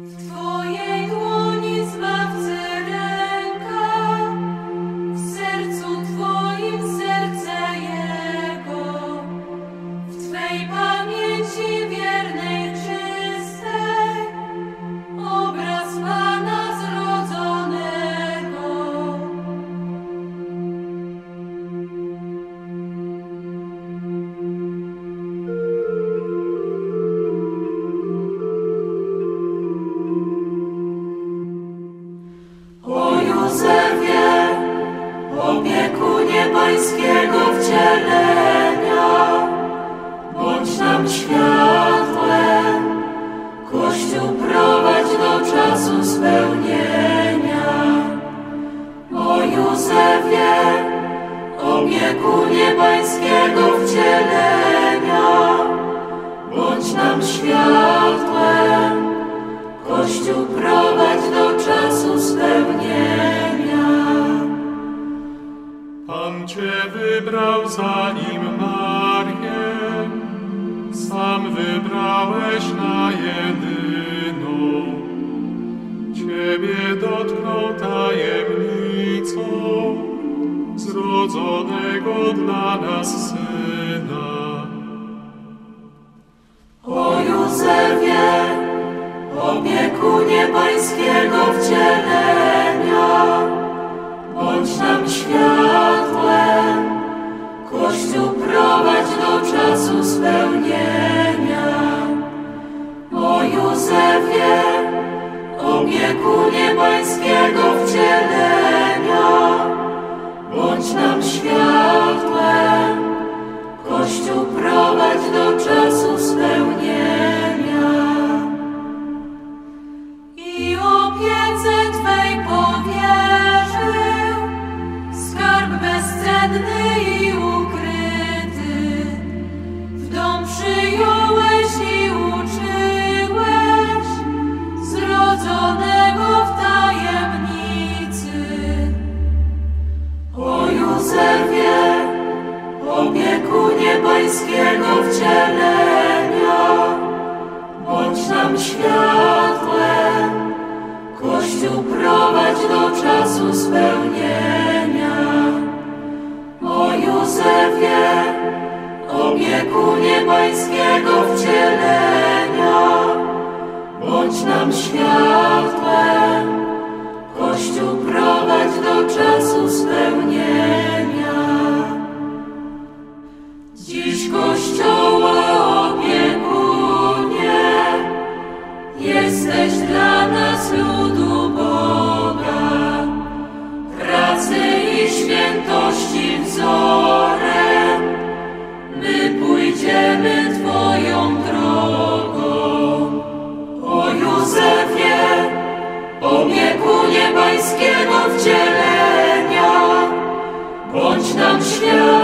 Twojej dłoni Zbawcy ręka, w sercu Twoim serce Jego, w Twej pamięci wiernej, czystej, obraz Pana zrodzonego. Józefie, opiekunie Pańskiego wcielenia, bądź nam światłem, Kościół prowadź do czasu spełnienia. O Józefie, opiekunie Pańskiego wcielenia, bądź nam światłem, Kościół prowadź do czasu spełnienia. Pan Cię wybrał za nim Marię, sam wybrałeś na jedyną. Ciebie dotknął tajemnicą zrodzonego dla nas Syna. O Józefie, opiekunie Pańskiego wcielenia, bądź nam światłem, Kościół prowadź do czasu spełnienia. O Józefie, opiekunie Pańskiego wcielenia, bądź nam światłem, Kościół prowadź do czasu spełnienia. I opiece Twej powierzył skarb bezcenny i ukryty. W dom przyjąłeś i uczyłeś zrodzonego w tajemnicy. O Józefie, opiekunie Pańskiego wcielenia, bądź nam światłem, Kościół prowadź do czasu spełnienia. O Józefie, opiekunie Pańskiego wcielenia, bądź nam światłem, Kościół prowadź do czasu spełnienia. Dziś Kościoła opiekunie, jesteś dla nas ludu Boga, pracy i świętości wzorem, my pójdziemy Twoją drogą. O Józefie, opiekunie Pańskiego wcielenia, bądź nam światłem,